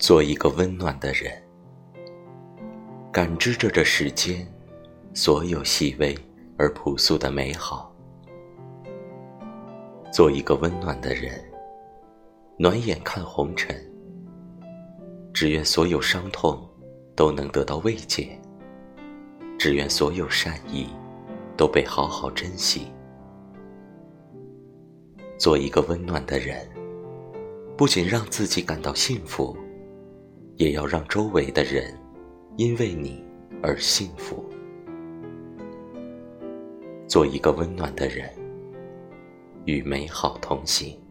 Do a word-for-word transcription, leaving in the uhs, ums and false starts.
做一个温暖的人，感知着这世间所有细微而朴素的美好。做一个温暖的人，暖眼看红尘，只愿所有伤痛都能得到慰藉，只愿所有善意都被好好珍惜。做一个温暖的人，不仅让自己感到幸福，也要让周围的人因为你而幸福。做一个温暖的人，与美好同行。